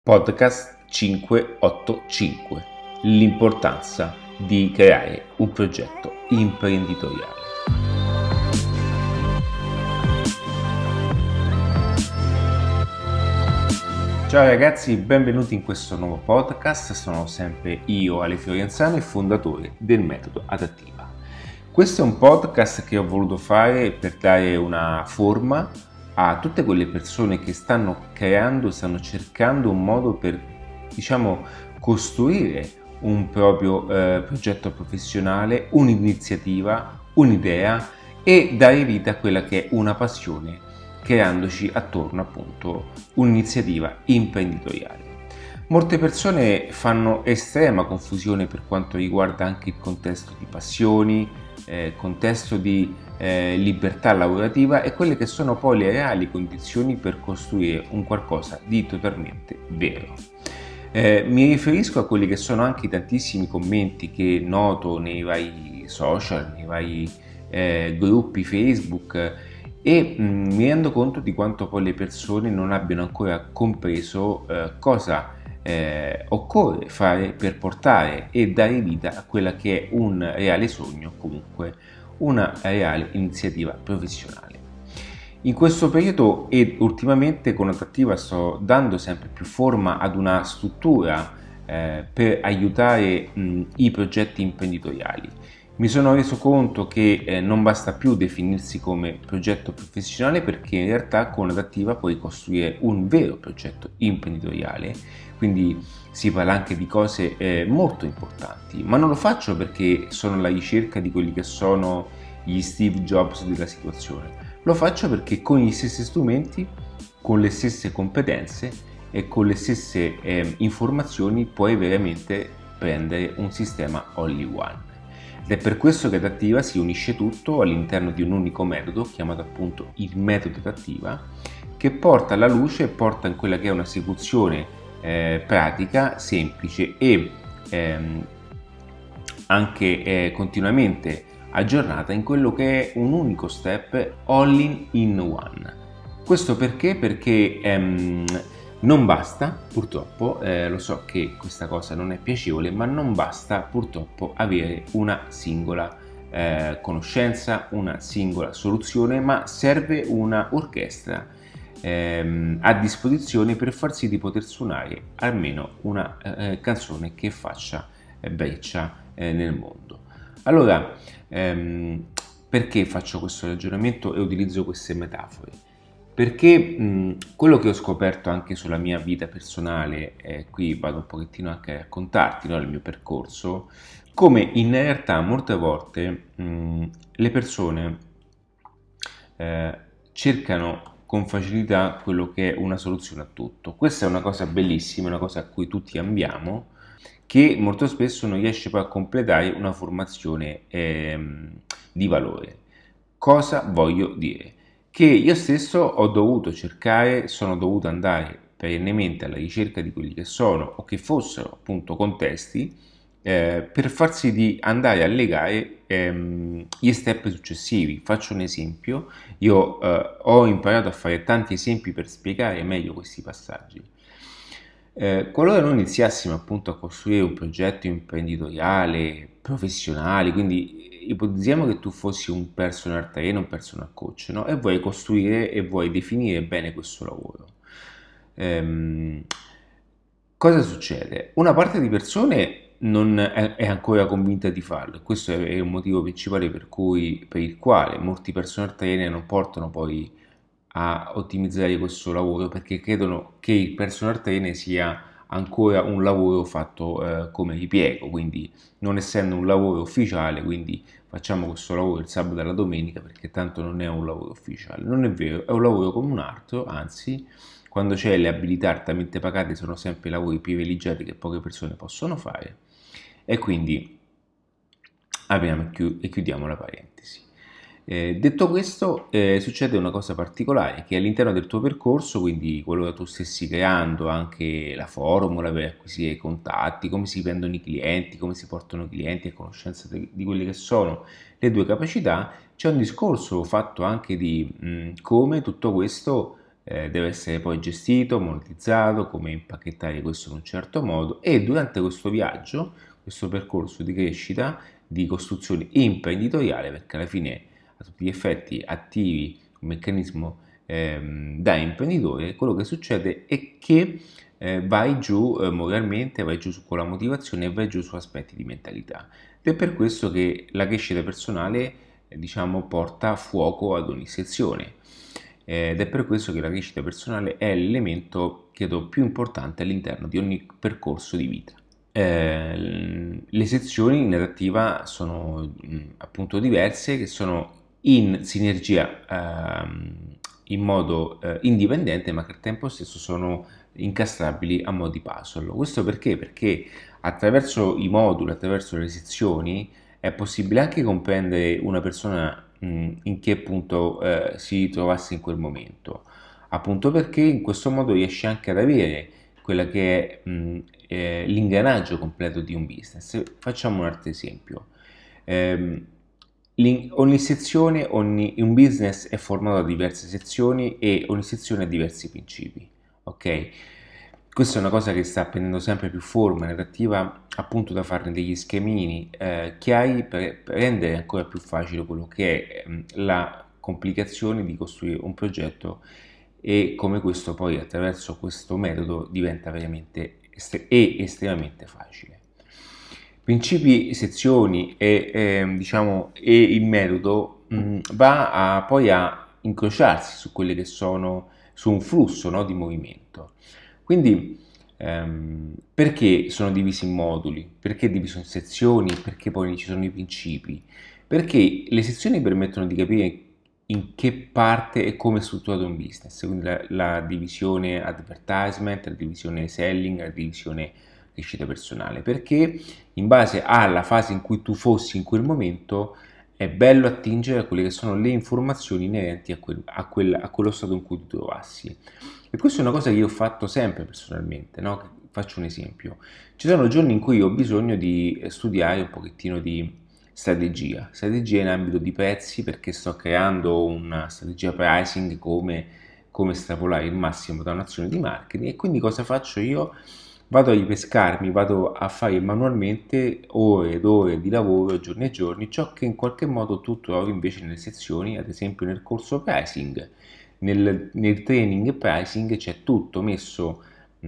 Podcast 585. L'importanza di creare un progetto imprenditoriale. Ciao ragazzi, benvenuti in questo nuovo podcast. Sono sempre io, Ale Fiorenzano, il fondatore del Metodo Adattiva. Questo è un podcast che ho voluto fare per dare una forma a tutte quelle persone che stanno cercando un modo per, costruire un proprio progetto professionale, un'iniziativa, un'idea e dare vita a quella che è una passione, creandoci attorno appunto un'iniziativa imprenditoriale. Molte persone fanno estrema confusione per quanto riguarda anche il contesto di passioni, contesto di libertà lavorativa e quelle che sono poi le reali condizioni per costruire un qualcosa di totalmente vero. Mi riferisco a quelli che sono anche i tantissimi commenti che noto nei vari social, nei vari gruppi Facebook e mi rendo conto di quanto poi le persone non abbiano ancora compreso cosa occorre fare per portare e dare vita a quella che è un reale sogno, comunque una reale iniziativa professionale. In questo periodo e ultimamente con Adattiva sto dando sempre più forma ad una struttura per aiutare i progetti imprenditoriali. Mi sono reso conto che non basta più definirsi come progetto professionale, perché in realtà con Adattiva puoi costruire un vero progetto imprenditoriale, quindi si parla anche di cose molto importanti, ma non lo faccio perché sono alla ricerca di quelli che sono gli Steve Jobs della situazione, lo faccio perché con gli stessi strumenti, con le stesse competenze e con le stesse informazioni puoi veramente prendere un sistema all in one. Ed è per questo che Adattiva si unisce tutto all'interno di un unico metodo chiamato appunto il metodo Adattiva, che porta alla luce e porta in quella che è un'esecuzione pratica, semplice e anche continuamente aggiornata in quello che è un unico step all in one. Questo perché? Perché non basta, purtroppo, lo so che questa cosa non è piacevole, ma non basta purtroppo avere una singola conoscenza, una singola soluzione, ma serve una orchestra a disposizione per far sì di poter suonare almeno una canzone che faccia breccia nel mondo. Allora, perché faccio questo ragionamento e utilizzo queste metafore? Perché quello che ho scoperto anche sulla mia vita personale, qui vado un pochettino anche a raccontarti, no, il mio percorso, come in realtà molte volte le persone cercano con facilità quello che è una soluzione a tutto. Questa è una cosa bellissima, una cosa a cui tutti ambiamo, che molto spesso non riesce poi a completare una formazione di valore. Cosa voglio dire? Che io stesso ho dovuto cercare, sono dovuto andare perennemente alla ricerca di quelli che sono o che fossero appunto contesti per far sì di andare a legare gli step successivi. Faccio un esempio, io ho imparato a fare tanti esempi per spiegare meglio questi passaggi. Qualora noi iniziassimo appunto a costruire un progetto imprenditoriale, professionale, quindi ipotizziamo che tu fossi un personal trainer, un personal coach, no? E vuoi costruire e vuoi definire bene questo lavoro. Cosa succede? Una parte di persone non è ancora convinta di farlo, e questo è un motivo principale per il quale molti personal trainer non portano poi a ottimizzare questo lavoro, perché credono che il personal trainer sia ancora un lavoro fatto come ripiego, quindi non essendo un lavoro ufficiale, quindi facciamo questo lavoro il sabato e la domenica perché tanto non è un lavoro ufficiale. Non è vero, è un lavoro come un altro, anzi, quando c'è le abilità altamente pagate sono sempre lavori privilegiati che poche persone possono fare, e quindi apriamo e chiudiamo la parentesi. Detto questo, succede una cosa particolare, che all'interno del tuo percorso, quindi qualora tu stessi creando anche la formula per acquisire i contatti, come si prendono i clienti, come si portano i clienti a conoscenza di quelle che sono le tue capacità, c'è un discorso fatto anche di come tutto questo deve essere poi gestito, monetizzato, come impacchettare questo in un certo modo, e durante questo viaggio, questo percorso di crescita, di costruzione imprenditoriale, perché alla fine a tutti gli effetti attivi un meccanismo da imprenditore, quello che succede è che vai giù moralmente, vai giù con la motivazione e vai giù su aspetti di mentalità. Ed è per questo che la crescita personale, diciamo, porta fuoco ad ogni sezione. Ed è per questo che la crescita personale è l'elemento, credo, più importante all'interno di ogni percorso di vita. Le sezioni in adattiva sono appunto diverse, che sono in sinergia in modo indipendente, ma che al tempo stesso sono incastrabili a mo' di puzzle. Questo perché? Perché attraverso i moduli, attraverso le sezioni, è possibile anche comprendere una persona in che punto si trovasse in quel momento, appunto perché in questo modo riesci anche ad avere quella che è l'ingranaggio completo di un business. Facciamo un altro esempio. Ehm, ogni sezione, un business è formato da diverse sezioni e ogni sezione ha diversi principi, ok? Questa è una cosa che sta prendendo sempre più forma in adattiva, appunto da farne degli schemini chiari per rendere ancora più facile quello che è la complicazione di costruire un progetto e come questo poi attraverso questo metodo diventa veramente estremamente facile. Principi, sezioni diciamo, e il metodo va poi a incrociarsi su quelle che sono su un flusso, no, di movimento. Quindi perché sono divisi in moduli? Perché diviso in sezioni? Perché poi ci sono i principi? Perché le sezioni permettono di capire in che parte e come è strutturato un business, quindi la divisione advertisement, la divisione selling, la divisione crescita personale, perché in base alla fase in cui tu fossi in quel momento è bello attingere a quelle che sono le informazioni inerenti a quello stato in cui ti trovassi. E questa è una cosa che io ho fatto sempre personalmente, no? Faccio un esempio. Ci sono giorni in cui ho bisogno di studiare un pochettino di strategia in ambito di prezzi perché sto creando una strategia pricing come estrapolare il massimo da un'azione di marketing e quindi cosa faccio io? Vado a ripescarmi, vado a fare manualmente ore ed ore di lavoro, giorni e giorni, ciò che in qualche modo tu trovi invece nelle sezioni, ad esempio nel corso pricing. Nel training pricing c'è tutto messo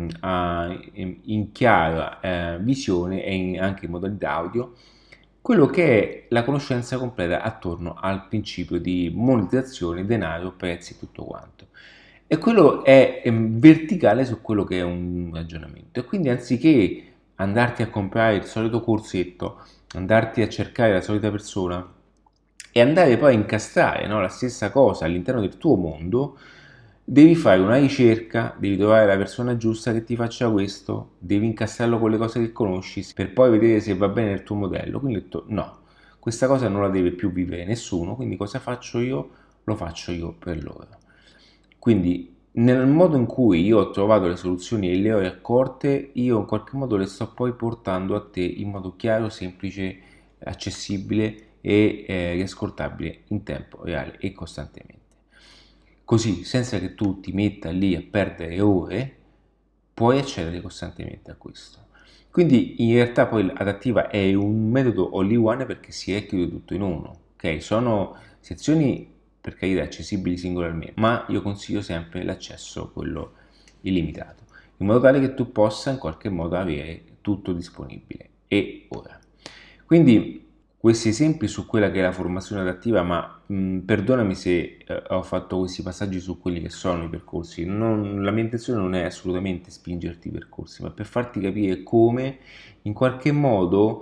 in chiara visione e anche in modalità audio quello che è la conoscenza completa attorno al principio di monetizzazione, denaro, prezzi e tutto quanto. E quello è verticale su quello che è un ragionamento. E quindi anziché andarti a comprare il solito corsetto, andarti a cercare la solita persona e andare poi a incastrare, no, la stessa cosa all'interno del tuo mondo, devi fare una ricerca, devi trovare la persona giusta che ti faccia questo, devi incastrarlo con le cose che conosci per poi vedere se va bene il tuo modello. Quindi ho detto no, questa cosa non la deve più vivere nessuno, quindi cosa faccio io? Lo faccio io per loro. Quindi nel modo in cui io ho trovato le soluzioni e le ho raccolte, io in qualche modo le sto poi portando a te in modo chiaro, semplice, accessibile e riascoltabile in tempo reale e costantemente. Così, senza che tu ti metta lì a perdere ore, puoi accedere costantemente a questo. Quindi in realtà poi l'adattiva è un metodo all in one perché si racchiude tutto in uno. Ok, sono sezioni per carità accessibili singolarmente, ma io consiglio sempre l'accesso quello illimitato, in modo tale che tu possa in qualche modo avere tutto disponibile e ora. Quindi questi esempi su quella che è la formazione adattiva, ma perdonami se ho fatto questi passaggi su quelli che sono i percorsi, la mia intenzione non è assolutamente spingerti i percorsi, ma per farti capire come in qualche modo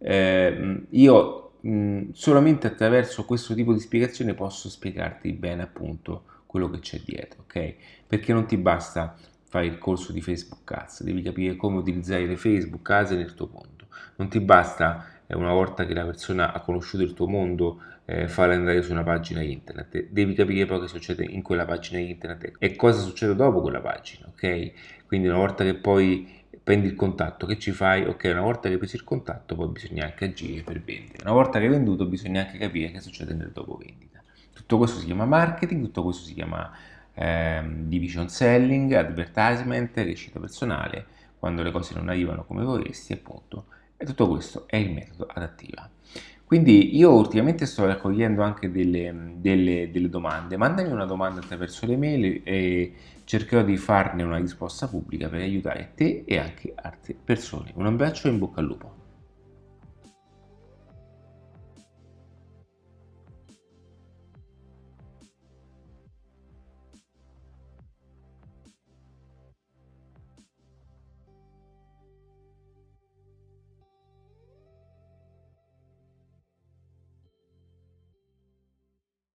io solamente attraverso questo tipo di spiegazione posso spiegarti bene appunto quello che c'è dietro, ok? Perché non ti basta fare il corso di Facebook Ads, devi capire come utilizzare le Facebook Ads nel tuo mondo, non ti basta una volta che la persona ha conosciuto il tuo mondo farla andare su una pagina internet, devi capire poi che succede in quella pagina internet e cosa succede dopo quella pagina, ok? Quindi una volta che poi prendi il contatto, che ci fai? Ok, una volta che hai preso il contatto poi bisogna anche agire per vendere, una volta che hai venduto bisogna anche capire che succede nel dopo vendita. Tutto questo si chiama marketing, tutto questo si chiama division selling, advertisement, crescita personale, quando le cose non arrivano come vorresti, appunto. E tutto questo è il metodo adattiva. Quindi io ultimamente sto raccogliendo anche delle domande. Mandami una domanda attraverso le mail e cercherò di farne una risposta pubblica per aiutare te e anche altre persone. Un abbraccio e in bocca al lupo.